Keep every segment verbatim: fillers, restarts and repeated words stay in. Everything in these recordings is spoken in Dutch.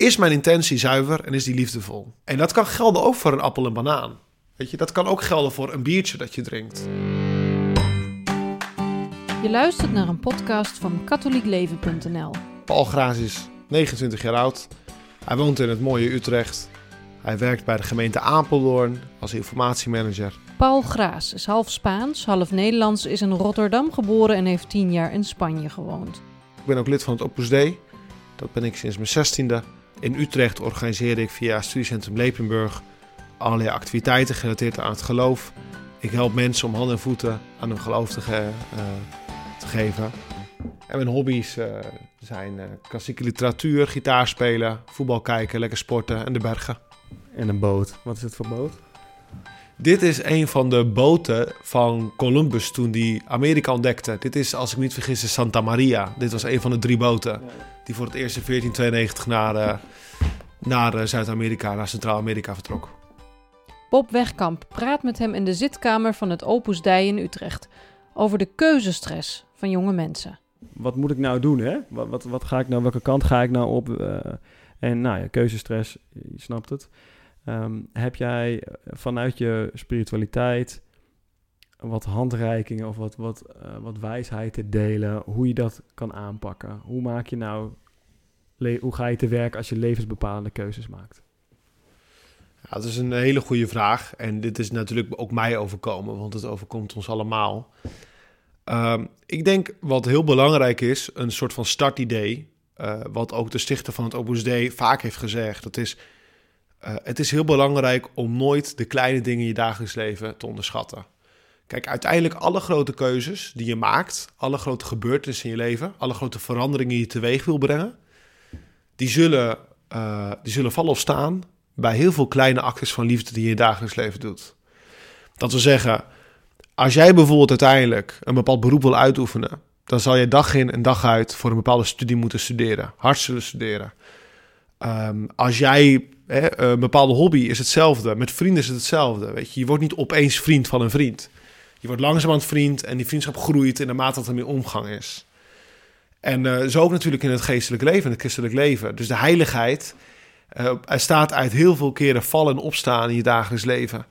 Is mijn intentie zuiver en is die liefdevol? En dat kan gelden ook voor een appel en banaan. Weet je, dat kan ook gelden voor een biertje dat je drinkt. Je luistert naar een podcast van katholiek leven punt n l. Paul Graas is negenentwintig jaar oud. Hij woont in het mooie Utrecht. Hij werkt bij de gemeente Apeldoorn als informatiemanager. Paul Graas is half Spaans, half Nederlands, is in Rotterdam geboren en heeft tien jaar in Spanje gewoond. Ik ben ook lid van het Opus Dei. Dat ben ik sinds mijn zestiende. In Utrecht organiseerde ik via Studiecentrum Lepenburg allerlei activiteiten gerelateerd aan het geloof. Ik help mensen om handen en voeten aan hun geloof te, ge, uh, te geven. En mijn hobby's uh, zijn uh, klassieke literatuur, gitaar spelen, voetbal kijken, lekker sporten en de bergen. En een boot. Wat is het voor boot? Dit is een van de boten van Columbus toen hij Amerika ontdekte. Dit is, als ik me niet vergis, de Santa Maria. Dit was een van de drie boten die voor het eerst in veertien tweeënnegentig naar, uh, naar uh, Zuid-Amerika, naar Centraal-Amerika vertrok. Bob Wegkamp praat met hem in de zitkamer van het Opus Dei in Utrecht over de keuzestress van jonge mensen. Wat moet ik nou doen, hè? Wat, wat, wat ga ik nou, welke kant ga ik nou op? Uh, en nou ja, keuzestress, je snapt het. Um, heb jij vanuit je spiritualiteit wat handreikingen of wat, wat, uh, wat wijsheid te delen, hoe je dat kan aanpakken? Hoe maak je nou, le- hoe ga je te werk als je levensbepalende keuzes maakt? Ja, dat is een hele goede vraag. En dit is natuurlijk ook mij overkomen, want het overkomt ons allemaal. Um, ik denk wat heel belangrijk is, een soort van startidee, uh, wat ook de stichter van het Opus Dei vaak heeft gezegd. Dat is, uh, het is heel belangrijk om nooit de kleine dingen in je dagelijks leven te onderschatten. Kijk, uiteindelijk alle grote keuzes die je maakt, alle grote gebeurtenissen in je leven, alle grote veranderingen die je teweeg wil brengen, die zullen, uh, die zullen vallen of staan bij heel veel kleine actes van liefde die je in je dagelijks leven doet. Dat wil zeggen, als jij bijvoorbeeld uiteindelijk een bepaald beroep wil uitoefenen, dan zal je dag in en dag uit voor een bepaalde studie moeten studeren, hard zullen studeren. Um, als jij, hè, een bepaalde hobby is hetzelfde, met vrienden is het hetzelfde. Weet je, je wordt niet opeens vriend van een vriend. Je wordt langzamerhand vriend en die vriendschap groeit in de mate dat er meer omgang is. En uh, zo ook natuurlijk in het geestelijk leven, in het christelijk leven. Dus de heiligheid uh, er staat uit heel veel keren vallen en opstaan in je dagelijks leven.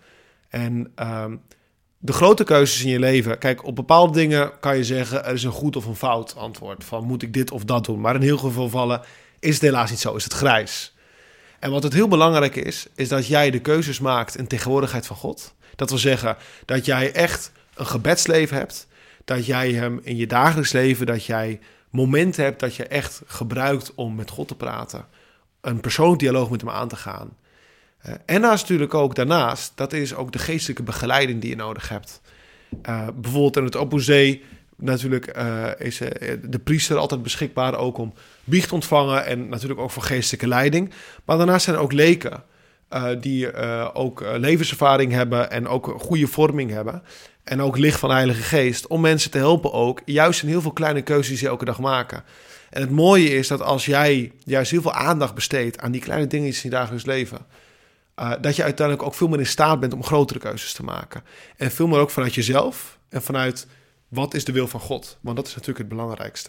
En um, de grote keuzes in je leven, kijk, op bepaalde dingen kan je zeggen, er is een goed of een fout antwoord. Van moet ik dit of dat doen? Maar in heel veel gevallen is het helaas niet zo, is het grijs. En wat het heel belangrijk is, is dat jij de keuzes maakt in tegenwoordigheid van God. Dat wil zeggen dat jij echt een gebedsleven hebt. Dat jij hem in je dagelijks leven, dat jij momenten hebt dat je echt gebruikt om met God te praten. Een persoonlijk dialoog met hem aan te gaan. Uh, en naast natuurlijk ook daarnaast, dat is ook de geestelijke begeleiding die je nodig hebt. Uh, bijvoorbeeld in het Opus Dei natuurlijk uh, is uh, de priester altijd beschikbaar ook om biecht te ontvangen en natuurlijk ook voor geestelijke leiding. Maar daarnaast zijn er ook leken uh, die uh, ook uh, levenservaring hebben en ook goede vorming hebben. En ook licht van de Heilige Geest om mensen te helpen ook, juist in heel veel kleine keuzes die ze elke dag maken. En het mooie is dat als jij juist heel veel aandacht besteedt aan die kleine dingen in je dagelijks leven, Uh, dat je uiteindelijk ook veel meer in staat bent om grotere keuzes te maken. En veel meer ook vanuit jezelf en vanuit wat is de wil van God. Want dat is natuurlijk het belangrijkste.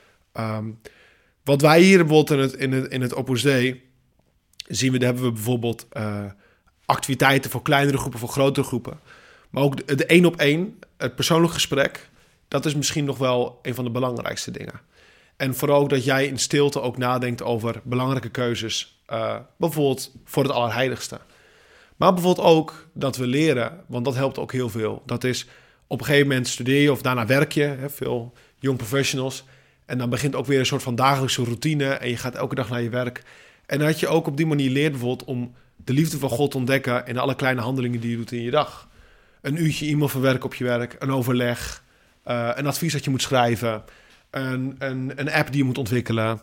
Um, wat wij hier bijvoorbeeld in het, in het, in het Opus Dei zien we, daar hebben we bijvoorbeeld uh, activiteiten voor kleinere groepen, voor grotere groepen. Maar ook de, de één op één, het persoonlijk gesprek, dat is misschien nog wel een van de belangrijkste dingen. En vooral ook dat jij in stilte ook nadenkt over belangrijke keuzes. Uh, bijvoorbeeld voor het Allerheiligste. Maar bijvoorbeeld ook dat we leren, want dat helpt ook heel veel. Dat is op een gegeven moment studeer je of daarna werk je, hè, veel young professionals. En dan begint ook weer een soort van dagelijkse routine en je gaat elke dag naar je werk. En dat je ook op die manier leert bijvoorbeeld om de liefde van God te ontdekken in alle kleine handelingen die je doet in je dag. Een uurtje e-mail verwerken op je werk, een overleg, uh, een advies dat je moet schrijven, een, een, een app die je moet ontwikkelen,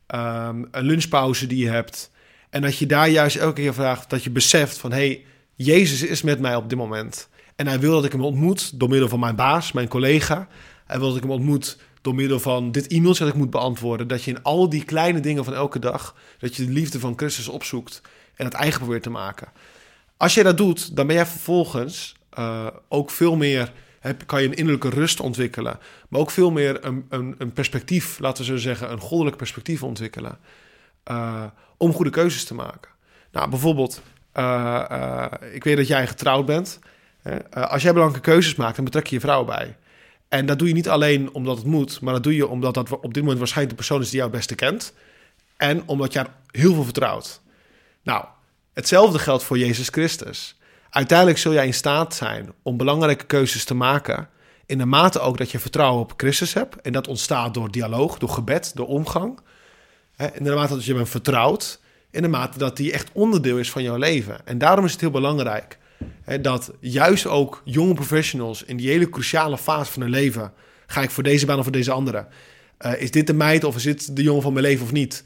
um, een lunchpauze die je hebt. En dat je daar juist elke keer vraagt, dat je beseft van, hé, hey, Jezus is met mij op dit moment. En hij wil dat ik hem ontmoet door middel van mijn baas, mijn collega. Hij wil dat ik hem ontmoet door middel van dit e-mailtje dat ik moet beantwoorden. Dat je in al die kleine dingen van elke dag, dat je de liefde van Christus opzoekt en het eigen probeert te maken. Als je dat doet, dan ben jij vervolgens uh, ook veel meer, heb, kan je een innerlijke rust ontwikkelen. Maar ook veel meer een, een, een perspectief, laten we zo zeggen, een goddelijk perspectief ontwikkelen. uh, om goede keuzes te maken. Nou, bijvoorbeeld, uh, uh, ik weet dat jij getrouwd bent. Uh, als jij belangrijke keuzes maakt, dan betrek je je vrouw bij. En dat doe je niet alleen omdat het moet, maar dat doe je omdat dat op dit moment waarschijnlijk de persoon is die jou het beste kent. En omdat je haar heel veel vertrouwt. Nou, hetzelfde geldt voor Jezus Christus. Uiteindelijk zul jij in staat zijn om belangrijke keuzes te maken, in de mate ook dat je vertrouwen op Christus hebt. En dat ontstaat door dialoog, door gebed, door omgang. In de mate dat je hem vertrouwt, in de mate dat die echt onderdeel is van jouw leven. En daarom is het heel belangrijk dat juist ook jonge professionals in die hele cruciale fase van hun leven, ga ik voor deze baan of voor deze andere? Uh, is dit de meid of is dit de jongen van mijn leven of niet?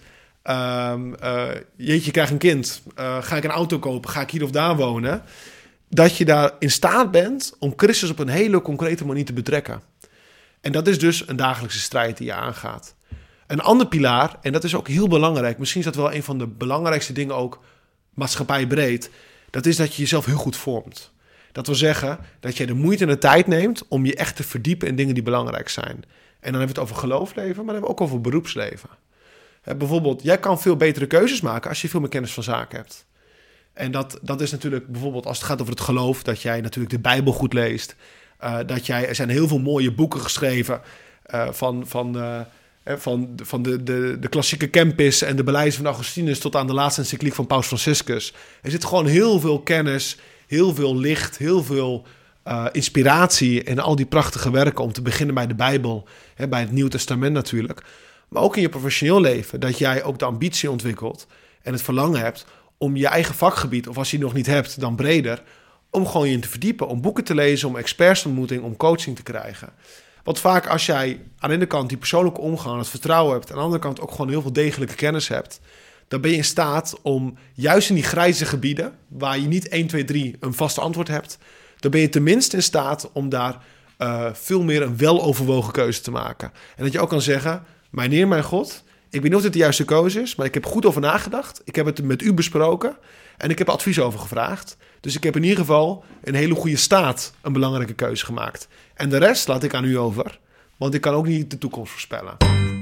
Um, uh, jeetje, ik krijg een kind. Uh, ga ik een auto kopen? Ga ik hier of daar wonen? Dat je daar in staat bent om Christus op een hele concrete manier te betrekken. En dat is dus een dagelijkse strijd die je aangaat. Een ander pilaar, en dat is ook heel belangrijk, misschien is dat wel een van de belangrijkste dingen ook maatschappijbreed, dat is dat je jezelf heel goed vormt. Dat wil zeggen dat je de moeite en de tijd neemt om je echt te verdiepen in dingen die belangrijk zijn. En dan hebben we het over geloofsleven, maar dan hebben we ook over beroepsleven. He, bijvoorbeeld, jij kan veel betere keuzes maken als je veel meer kennis van zaken hebt. En dat, dat is natuurlijk bijvoorbeeld als het gaat over het geloof, dat jij natuurlijk de Bijbel goed leest. Uh, dat jij, er zijn heel veel mooie boeken geschreven uh, van, van, uh, van, van de, de, de klassieke Kempis en de Belijdenis van Augustinus tot aan de laatste encycliek van Paus Franciscus. Er zit gewoon heel veel kennis, heel veel licht, heel veel uh, inspiratie in al die prachtige werken. Om te beginnen bij de Bijbel, hè, bij het Nieuw Testament natuurlijk. Maar ook in je professioneel leven, dat jij ook de ambitie ontwikkelt en het verlangen hebt om je eigen vakgebied, of als je het nog niet hebt, dan breder, om gewoon je in te verdiepen, om boeken te lezen, om experts te ontmoeten, om coaching te krijgen. Want vaak als jij aan de ene kant die persoonlijke omgang, het vertrouwen hebt, aan de andere kant ook gewoon heel veel degelijke kennis hebt, dan ben je in staat om juist in die grijze gebieden, waar je niet één, twee, drie een vaste antwoord hebt, dan ben je tenminste in staat om daar uh, veel meer een weloverwogen keuze te maken. En dat je ook kan zeggen, mijn Heer, mijn God, ik weet niet of dit de juiste keuze is, maar ik heb goed over nagedacht. Ik heb het met u besproken en ik heb advies over gevraagd. Dus ik heb in ieder geval in hele goede staat een belangrijke keuze gemaakt. En de rest laat ik aan u over, want ik kan ook niet de toekomst voorspellen.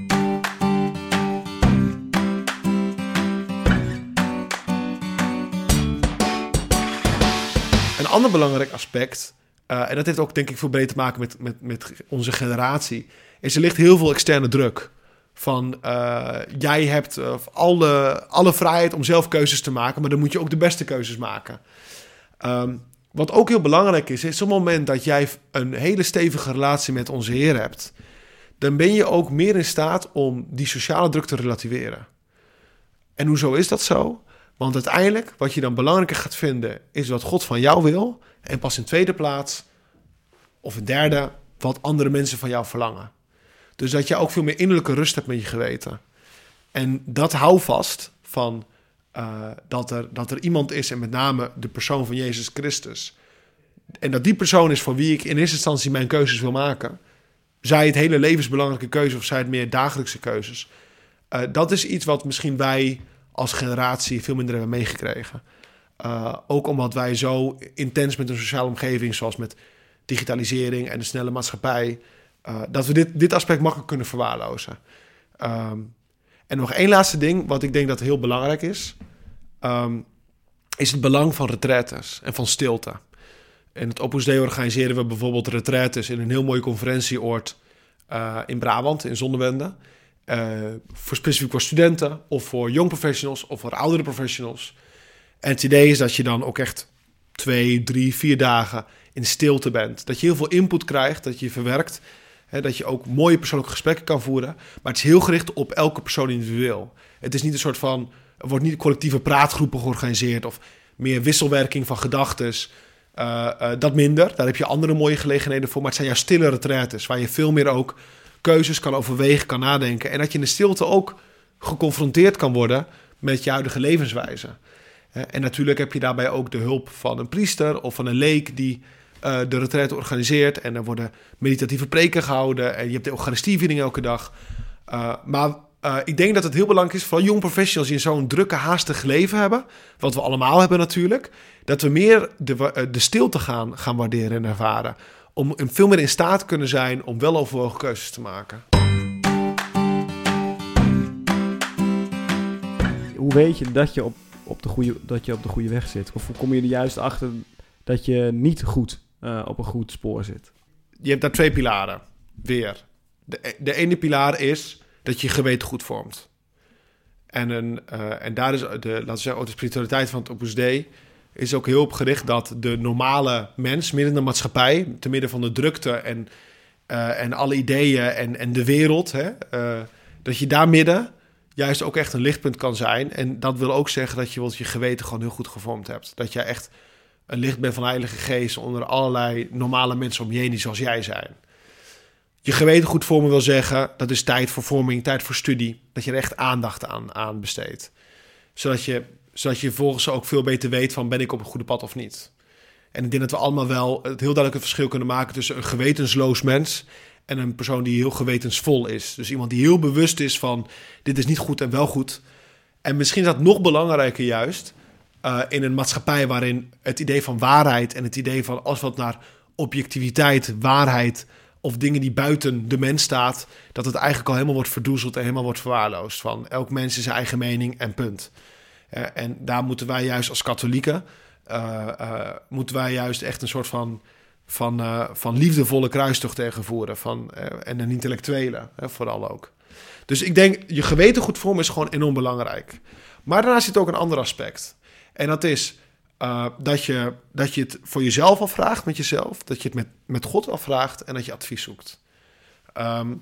Een ander belangrijk aspect, uh, en dat heeft ook denk ik veel breed te maken met, met, met onze generatie, is er ligt heel veel externe druk. Van uh, jij hebt uh, alle, alle vrijheid om zelf keuzes te maken, maar dan moet je ook de beste keuzes maken. Um, wat ook heel belangrijk is, is op het moment dat jij een hele stevige relatie met onze Heer hebt, dan ben je ook meer in staat om die sociale druk te relativeren. En hoezo is dat zo? Want uiteindelijk, wat je dan belangrijker gaat vinden, is wat God van jou wil. En pas in tweede plaats, of in derde, wat andere mensen van jou verlangen. Dus dat je ook veel meer innerlijke rust hebt met je geweten. En dat hou vast van uh, dat, er, dat er iemand is, en met name de persoon van Jezus Christus. En dat die persoon is voor wie ik in eerste instantie mijn keuzes wil maken. Zij het hele levensbelangrijke keuze of zij het meer dagelijkse keuzes. Uh, dat is iets wat misschien wij als generatie veel minder hebben meegekregen. Uh, ook omdat wij zo intens met een sociale omgeving, zoals met digitalisering en de snelle maatschappij, Uh, dat we dit, dit aspect makkelijk kunnen verwaarlozen. Um, en nog één laatste ding, wat ik denk dat heel belangrijk is, um, is het belang van retraites en van stilte. In het Opus Dei organiseren we bijvoorbeeld retraites in een heel mooi conferentieoord uh, in Brabant, in Zonnewende. Uh, voor specifiek voor studenten of voor young professionals of voor oudere professionals. En het idee is dat je dan ook echt twee, drie, vier dagen in stilte bent. Dat je heel veel input krijgt, dat je verwerkt. He, dat je ook mooie persoonlijke gesprekken kan voeren. Maar het is heel gericht op elke persoon individueel. Het is niet een soort van, er wordt niet collectieve praatgroepen georganiseerd of meer wisselwerking van gedachtes. Uh, uh, dat minder. Daar heb je andere mooie gelegenheden voor. Maar het zijn juist stille retraites, waar je veel meer ook keuzes kan overwegen, kan nadenken. En dat je in de stilte ook geconfronteerd kan worden met je huidige levenswijze. En natuurlijk heb je daarbij ook de hulp van een priester of van een leek die uh, de retraite organiseert. En er worden meditatieve preken gehouden en je hebt de Eucharistieviering elke dag. Uh, maar uh, ik denk dat het heel belangrijk is, vooral jong professionals die zo'n drukke, haastig leven hebben, wat we allemaal hebben natuurlijk, dat we meer de, de stilte gaan, gaan waarderen en ervaren. Om veel meer in staat te kunnen zijn om weloverwogen keuzes te maken. hoe weet je dat je op, op, de goede, dat je op de goede weg zit? Of hoe kom je er juist achter dat je niet goed uh, op een goed spoor zit? Je hebt daar twee pilaren, weer. De, de ene pilaar is dat je je geweten goed vormt. En, een, uh, en daar is de, laten we zeggen, de spiritualiteit van het Opus Dei is ook heel op gericht dat de normale mens, midden in de maatschappij, te midden van de drukte en, uh, en alle ideeën en, en de wereld, hè, uh, dat je daar midden juist ook echt een lichtpunt kan zijn. En dat wil ook zeggen dat je wat je geweten gewoon heel goed gevormd hebt. Dat jij echt een licht bent van de Heilige Geest onder allerlei normale mensen om je heen die zoals jij zijn. Je geweten goed vormen wil zeggen, dat is tijd voor vorming, tijd voor studie. Dat je er echt aandacht aan, aan besteedt. Zodat je, zodat je vervolgens ook veel beter weet van, ben ik op een goede pad of niet? En ik denk dat we allemaal wel het heel duidelijk een verschil kunnen maken tussen een gewetensloos mens en een persoon die heel gewetensvol is. Dus iemand die heel bewust is van, dit is niet goed en wel goed. En misschien is dat nog belangrijker juist uh, in een maatschappij waarin het idee van waarheid en het idee van, als we het naar objectiviteit, waarheid of dingen die buiten de mens staat, dat het eigenlijk al helemaal wordt verdoezeld en helemaal wordt verwaarloosd. Van elk mens is zijn eigen mening en punt. Uh, en daar moeten wij juist als katholieken, uh, uh, moeten wij juist echt een soort van, van, uh, van liefdevolle kruistocht tegen voeren. Van, uh, en een intellectuele, uh, vooral ook. Dus ik denk, je geweten goed vormen is gewoon enorm belangrijk. Maar daarna zit ook een ander aspect. En dat is uh, dat, je, dat je het voor jezelf al vraagt met jezelf. Dat je het met, met God al vraagt en dat je advies zoekt. Um,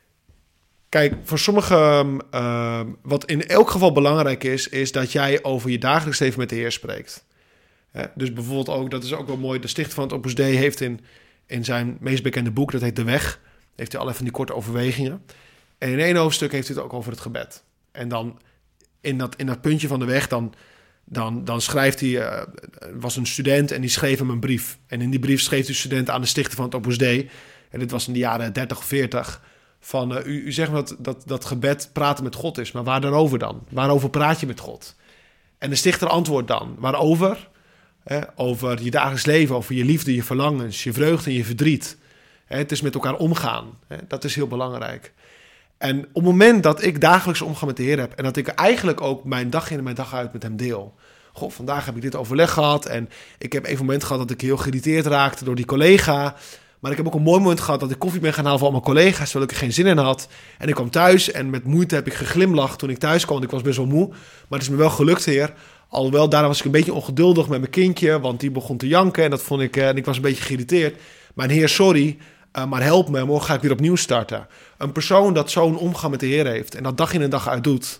kijk, voor sommigen, uh, wat in elk geval belangrijk is, is dat jij over je dagelijks leven met de Heer spreekt. Uh, dus bijvoorbeeld ook, dat is ook wel mooi, de stichter van het Opus Dei heeft in, in zijn meest bekende boek, dat heet De Weg, heeft hij allerlei van die korte overwegingen. En in één hoofdstuk heeft hij het ook over het gebed. En dan in dat, in dat puntje van de weg, dan, dan, dan schrijft hij, uh, was een student en die schreef hem een brief. En in die brief schreef de student aan de stichter van het Opus Dei, en dit was in de jaren dertig of veertig, van uh, u, u zegt dat, dat dat gebed praten met God is, maar waar dan over dan? Waarover praat je met God? En de stichter antwoordt dan, waarover? Eh, over je dagelijks leven, over je liefde, je verlangens, je vreugde en je verdriet. Eh, het is met elkaar omgaan. Eh, dat is heel belangrijk. En op het moment dat ik dagelijks omgaan met de Heer heb en dat ik eigenlijk ook mijn dag in en mijn dag uit met hem deel. Goh, vandaag heb ik dit overleg gehad en ik heb even een moment gehad dat ik heel geïrriteerd raakte door die collega. Maar ik heb ook een mooi moment gehad dat ik koffie ben gaan halen voor al mijn collega's, terwijl ik er geen zin in had. En ik kwam thuis en met moeite heb ik geglimlacht toen ik thuis kwam, want ik was best wel moe. Maar het is me wel gelukt, Heer. Alhoewel, daarna was ik een beetje ongeduldig met mijn kindje, want die begon te janken en dat vond ik, en ik was een beetje geïrriteerd. Maar Heer, sorry, uh, maar help me, morgen ga ik weer opnieuw starten. Een persoon dat zo'n omgang met de Heer heeft en dat dag in en dag uit doet,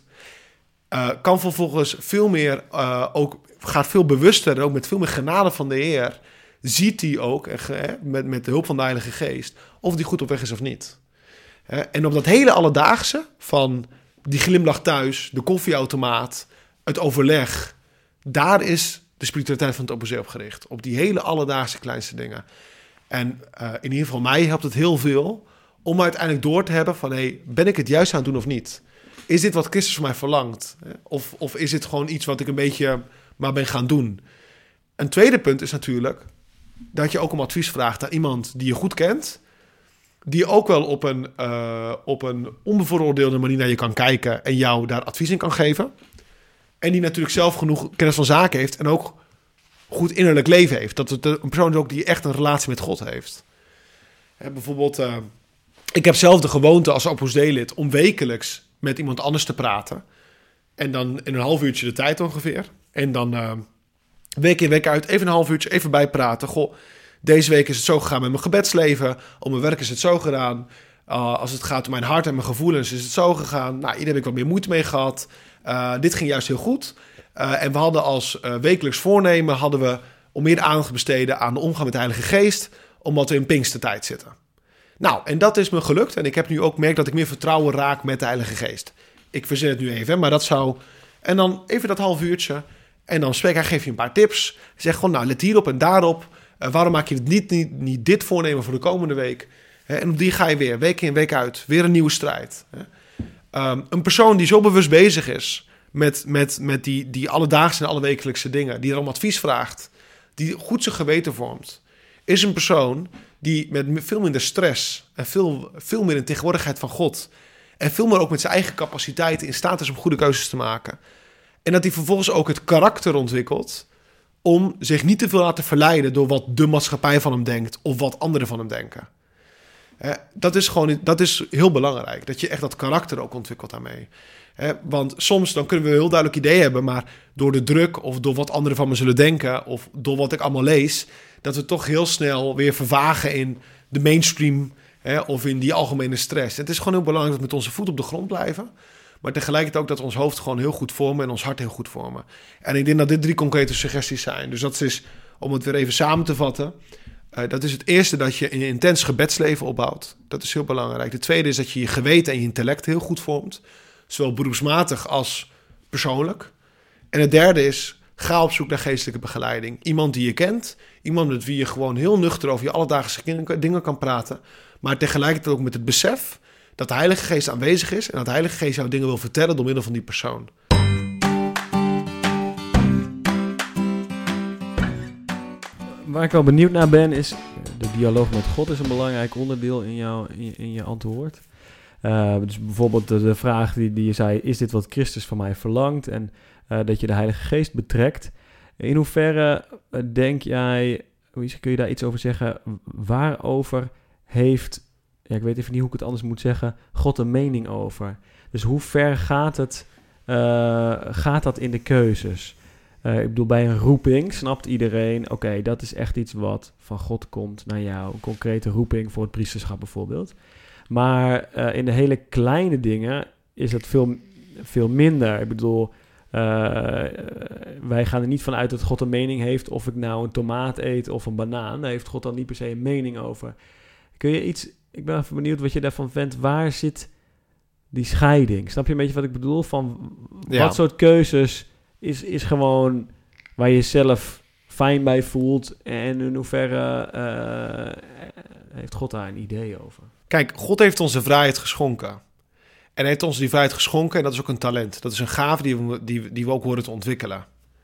uh, kan vervolgens veel meer, uh, ook gaat veel bewuster en ook met veel meer genade van de Heer, ziet hij ook, eh, met, met de hulp van de Heilige Geest, of die goed op weg is of niet. Eh, en op dat hele alledaagse, van die glimlach thuis, de koffieautomaat, het overleg, daar is de spiritualiteit van het Opus Dei op gericht. Op die hele alledaagse kleinste dingen. En uh, in ieder geval mij helpt het heel veel om uiteindelijk door te hebben van, hey, ben ik het juist aan het doen of niet? Is dit wat Christus van mij verlangt? Of, of is dit gewoon iets wat ik een beetje maar ben gaan doen? Een tweede punt is natuurlijk dat je ook om advies vraagt aan iemand die je goed kent, die ook wel op een, uh, op een onbevooroordeelde manier naar je kan kijken en jou daar advies in kan geven. En die natuurlijk zelf genoeg kennis van zaken heeft en ook goed innerlijk leven heeft. Dat het een persoon is ook die echt een relatie met God heeft. Hè, bijvoorbeeld, uh, ik heb zelf de gewoonte als Opus Dei-lid om wekelijks met iemand anders te praten. En dan in een half uurtje de tijd ongeveer. En dan uh, week in week uit even een half uurtje even bijpraten. Goh, deze week is het zo gegaan met mijn gebedsleven. Op mijn werk is het zo gedaan. Uh, als het gaat om mijn hart en mijn gevoelens is het zo gegaan. Nou, hier heb ik wat meer moeite mee gehad. Uh, dit ging juist heel goed. Uh, en we hadden als uh, wekelijks voornemen hadden we om meer aandacht te besteden aan de omgang met de Heilige Geest, omdat we in Pinkstertijd zitten. Nou, en dat is me gelukt. En ik heb nu ook gemerkt dat ik meer vertrouwen raak met de Heilige Geest. Ik verzin het nu even, maar dat zou. En dan even dat half uurtje. En dan spreek hij, geef je een paar tips. Zeg gewoon, nou, let hierop en daarop. Uh, waarom maak je het niet, niet, niet dit voornemen voor de komende week? Uh, en op die ga je weer, week in, week uit. Weer een nieuwe strijd. Uh, um, een persoon die zo bewust bezig is met, met, met die, die alledaagse en allewekelijkse dingen, die er om advies vraagt, die goed zijn geweten vormt, is een persoon die met veel minder stress en veel, veel meer in tegenwoordigheid van God en veel meer ook met zijn eigen capaciteiten in staat is om goede keuzes te maken. En dat hij vervolgens ook het karakter ontwikkelt om zich niet te veel laten verleiden door wat de maatschappij van hem denkt of wat anderen van hem denken. Eh, dat is gewoon dat is heel belangrijk, dat je echt dat karakter ook ontwikkelt daarmee. Eh, want soms dan kunnen we een heel duidelijk idee hebben, maar door de druk of door wat anderen van me zullen denken of door wat ik allemaal lees, dat we toch heel snel weer vervagen in de mainstream, hè, of in die algemene stress. Het is gewoon heel belangrijk dat we met onze voet op de grond blijven, maar tegelijkertijd ook dat we ons hoofd gewoon heel goed vormen en ons hart heel goed vormen. En ik denk dat dit drie concrete suggesties zijn. Dus dat is, om het weer even samen te vatten, uh, dat is het eerste, dat je een intens gebedsleven opbouwt. Dat is heel belangrijk. De tweede is dat je je geweten en je intellect heel goed vormt, zowel beroepsmatig als persoonlijk. En het derde is, ga op zoek naar geestelijke begeleiding. Iemand die je kent, iemand met wie je gewoon heel nuchter over je alledaagse dingen kan praten, maar tegelijkertijd ook met het besef dat de Heilige Geest aanwezig is en dat de Heilige Geest jou dingen wil vertellen door middel van die persoon. Waar ik wel benieuwd naar ben is, de dialoog met God is een belangrijk onderdeel in, jou, in, je, in je antwoord. Uh, dus bijvoorbeeld de, de vraag die, die je zei, is dit wat Christus van mij verlangt? En uh, dat je de Heilige Geest betrekt. In hoeverre uh, denk jij, kun je daar iets over zeggen, waarover heeft, ja, ik weet even niet hoe ik het anders moet zeggen, God een mening over? Dus hoe ver gaat het, uh, gaat dat in de keuzes? Uh, ik bedoel, bij een roeping snapt iedereen, oké, okay, dat is echt iets wat van God komt naar jou. Een concrete roeping voor het priesterschap bijvoorbeeld. Maar uh, in de hele kleine dingen is het veel, veel minder. Ik bedoel, uh, wij gaan er niet vanuit dat God een mening heeft of ik nou een tomaat eet of een banaan. Daar heeft God dan niet per se een mening over. Kun je iets, ik ben even benieuwd wat je daarvan vindt. Waar zit die scheiding? Snap je een beetje wat ik bedoel? Van Ja. Wat soort keuzes is, is gewoon waar je zelf fijn bij voelt en in hoeverre uh, heeft God daar een idee over? Kijk, God heeft ons de vrijheid geschonken. En hij heeft ons die vrijheid geschonken en dat is ook een talent. Dat is een gave die we, die, die we ook horen te ontwikkelen.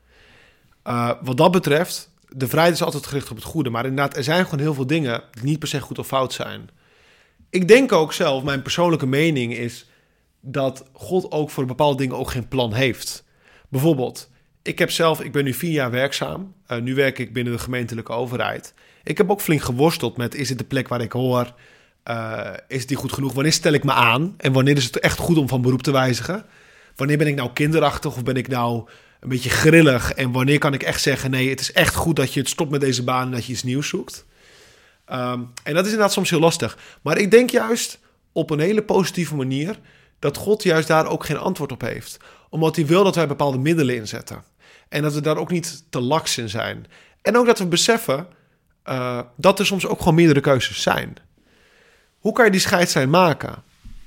Uh, wat dat betreft, de vrijheid is altijd gericht op het goede. Maar inderdaad, er zijn gewoon heel veel dingen die niet per se goed of fout zijn. Ik denk ook zelf, mijn persoonlijke mening is dat God ook voor bepaalde dingen ook geen plan heeft. Bijvoorbeeld, ik heb zelf, ik ben nu vier jaar werkzaam. Uh, nu werk ik binnen de gemeentelijke overheid. Ik heb ook flink geworsteld met, is dit de plek waar ik hoor? Uh, is die goed genoeg? Wanneer stel ik me aan? En wanneer is het echt goed om van beroep te wijzigen? Wanneer ben ik nou kinderachtig of ben ik nou een beetje grillig? En wanneer kan ik echt zeggen, nee, het is echt goed dat je het stopt met deze baan en dat je iets nieuws zoekt? Um, en dat is inderdaad soms heel lastig. Maar ik denk juist op een hele positieve manier dat God juist daar ook geen antwoord op heeft. Omdat hij wil dat wij bepaalde middelen inzetten. En dat we daar ook niet te laks in zijn. En ook dat we beseffen uh, dat er soms ook gewoon meerdere keuzes zijn. Hoe kan je die scheidslijn maken?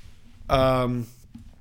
Um,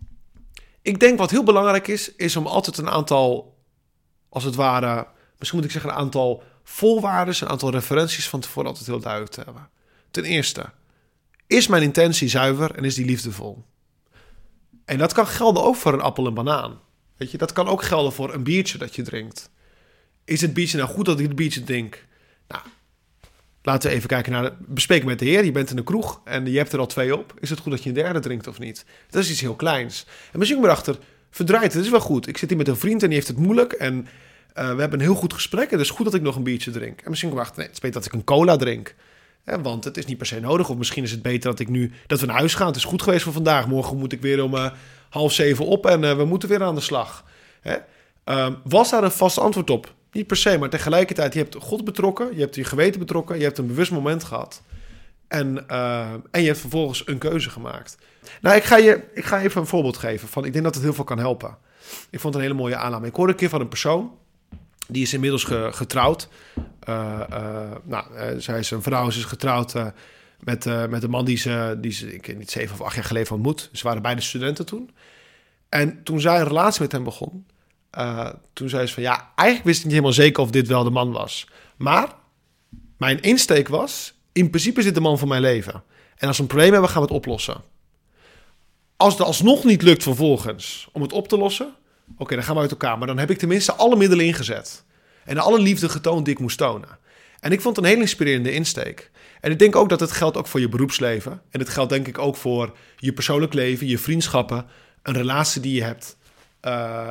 ik denk wat heel belangrijk is, is om altijd een aantal, als het ware, misschien moet ik zeggen een aantal voorwaarden, een aantal referenties van tevoren altijd heel duidelijk te hebben. Ten eerste, is mijn intentie zuiver en is die liefdevol? En dat kan gelden ook voor een appel en banaan. Weet je, dat kan ook gelden voor een biertje dat je drinkt. Is het biertje nou goed dat ik het biertje drink? Nou, laten we even kijken naar de bespreking met de Heer. Je bent in een kroeg en je hebt er al twee op. Is het goed dat je een derde drinkt of niet? Dat is iets heel kleins. En misschien kom je erachter, verdraait, het is wel goed. Ik zit hier met een vriend en die heeft het moeilijk en uh, we hebben een heel goed gesprek. En het is goed dat ik nog een biertje drink. En misschien kom je erachter, nee, het is beter dat ik een cola drink. Hè, want het is niet per se nodig. Of misschien is het beter dat ik nu, dat we naar huis gaan. Het is goed geweest voor vandaag. Morgen moet ik weer om uh, half zeven op en uh, we moeten weer aan de slag. Hè? Uh, was daar een vast antwoord op? Niet per se, maar tegelijkertijd, je hebt God betrokken, je hebt je geweten betrokken, je hebt een bewust moment gehad. En, uh, en je hebt vervolgens een keuze gemaakt. Nou, ik ga je ik ga even een voorbeeld geven van, ik denk dat het heel veel kan helpen. Ik vond het een hele mooie aanname. Ik hoorde een keer van een persoon, die is inmiddels ge, getrouwd. Uh, uh, nou, uh, zij is een vrouw, ze is getrouwd uh, met, uh, met een man die ze, die ze, ik weet niet, zeven of acht jaar geleden ontmoet. Ze waren beide studenten toen. En toen zij een relatie met hem begon, Uh, toen zei ze van ja, eigenlijk wist ik niet helemaal zeker of dit wel de man was. Maar mijn insteek was, in principe is dit de man van mijn leven. En als we een probleem hebben, gaan we het oplossen. Als het alsnog niet lukt vervolgens om het op te lossen, oké, okay, dan gaan we uit elkaar. Maar dan heb ik tenminste alle middelen ingezet. En alle liefde getoond die ik moest tonen. En ik vond het een heel inspirerende insteek. En ik denk ook dat het geldt ook voor je beroepsleven. En het geldt denk ik ook voor je persoonlijk leven, je vriendschappen, een relatie die je hebt. Uh,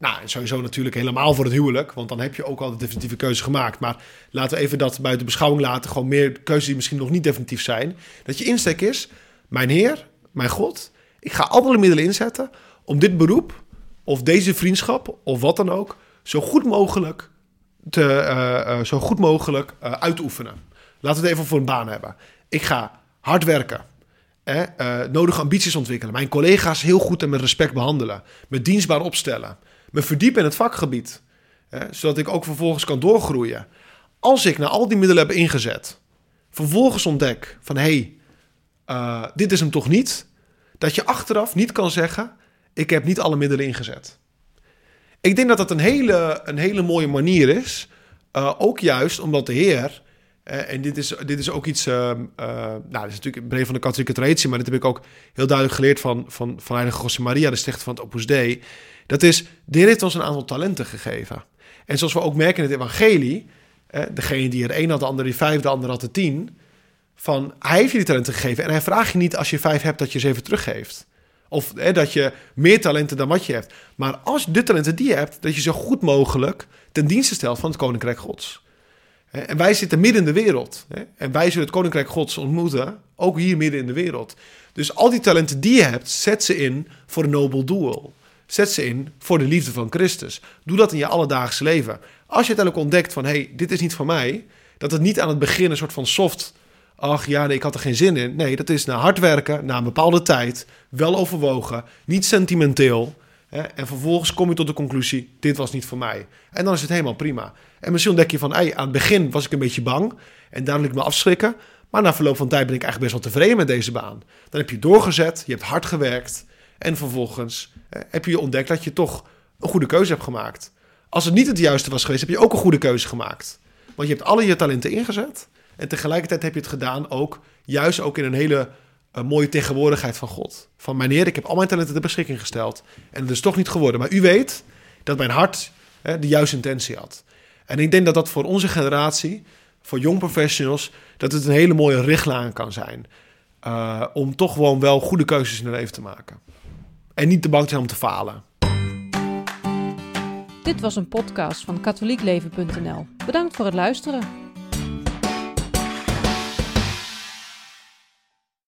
Nou, en sowieso natuurlijk helemaal voor het huwelijk, want dan heb je ook al de definitieve keuze gemaakt. Maar laten we even dat buiten beschouwing laten. Gewoon meer keuzes die misschien nog niet definitief zijn. Dat je insteek is, mijn Heer, mijn God, ik ga alle middelen inzetten om dit beroep of deze vriendschap of wat dan ook zo goed mogelijk, te, uh, uh, zo goed mogelijk uh, uit te oefenen. Laten we het even voor een baan hebben. Ik ga hard werken. Eh, uh, nodige ambities ontwikkelen. Mijn collega's heel goed en met respect behandelen. Me dienstbaar opstellen. Me verdiepen in het vakgebied. Eh, zodat ik ook vervolgens kan doorgroeien. Als ik naar al die middelen heb ingezet, vervolgens ontdek van hé, hey, uh, dit is hem toch niet. Dat je achteraf niet kan zeggen, ik heb niet alle middelen ingezet. Ik denk dat dat een hele, een hele mooie manier is. Uh, ook juist omdat de Heer... Uh, en dit is, dit is ook iets... Uh, uh, nou, dit is natuurlijk een breed van de katholieke traditie, maar dit heb ik ook heel duidelijk geleerd van, van, van heilige José Maria, de stichter van het Opus Dei. Dat is, de Heer heeft ons een aantal talenten gegeven. En zoals we ook merken in het evangelie, uh, degene die er één had, de andere die vijf, de andere had er tien, van, hij heeft je die talenten gegeven en hij vraagt je niet als je vijf hebt dat je ze even teruggeeft. Of hè, dat je meer talenten dan wat je hebt. Maar als je de talenten die je hebt, dat je zo goed mogelijk ten dienste stelt van het Koninkrijk Gods. En wij zitten midden in de wereld. En wij zullen het Koninkrijk Gods ontmoeten, ook hier midden in de wereld. Dus al die talenten die je hebt, zet ze in voor een nobel doel. Zet ze in voor de liefde van Christus. Doe dat in je alledaagse leven. Als je uiteindelijk ontdekt van, hé, hey, dit is niet voor mij, dat het niet aan het begin een soort van soft, ach ja, nee, ik had er geen zin in. Nee, dat is na hard werken, na een bepaalde tijd, wel overwogen, niet sentimenteel. Hè, en vervolgens kom je tot de conclusie, dit was niet voor mij. En dan is het helemaal prima. En misschien ontdek je van, hey, aan het begin was ik een beetje bang en daar liet ik me afschrikken. Maar na verloop van tijd ben ik eigenlijk best wel tevreden met deze baan. Dan heb je doorgezet, je hebt hard gewerkt en vervolgens eh, heb je ontdekt dat je toch een goede keuze hebt gemaakt. Als het niet het juiste was geweest, heb je ook een goede keuze gemaakt. Want je hebt alle je talenten ingezet en tegelijkertijd heb je het gedaan ook, juist ook in een hele uh, mooie tegenwoordigheid van God. Van, mijn Heer, ik heb al mijn talenten ter beschikking gesteld en het is toch niet geworden. Maar u weet dat mijn hart eh, de juiste intentie had. En ik denk dat dat voor onze generatie, voor jong professionals, dat het een hele mooie richtlijn kan zijn. Uh, om toch gewoon wel goede keuzes in het leven te maken. En niet te bang te zijn om te falen. Dit was een podcast van katholiek leven punt n l. Bedankt voor het luisteren.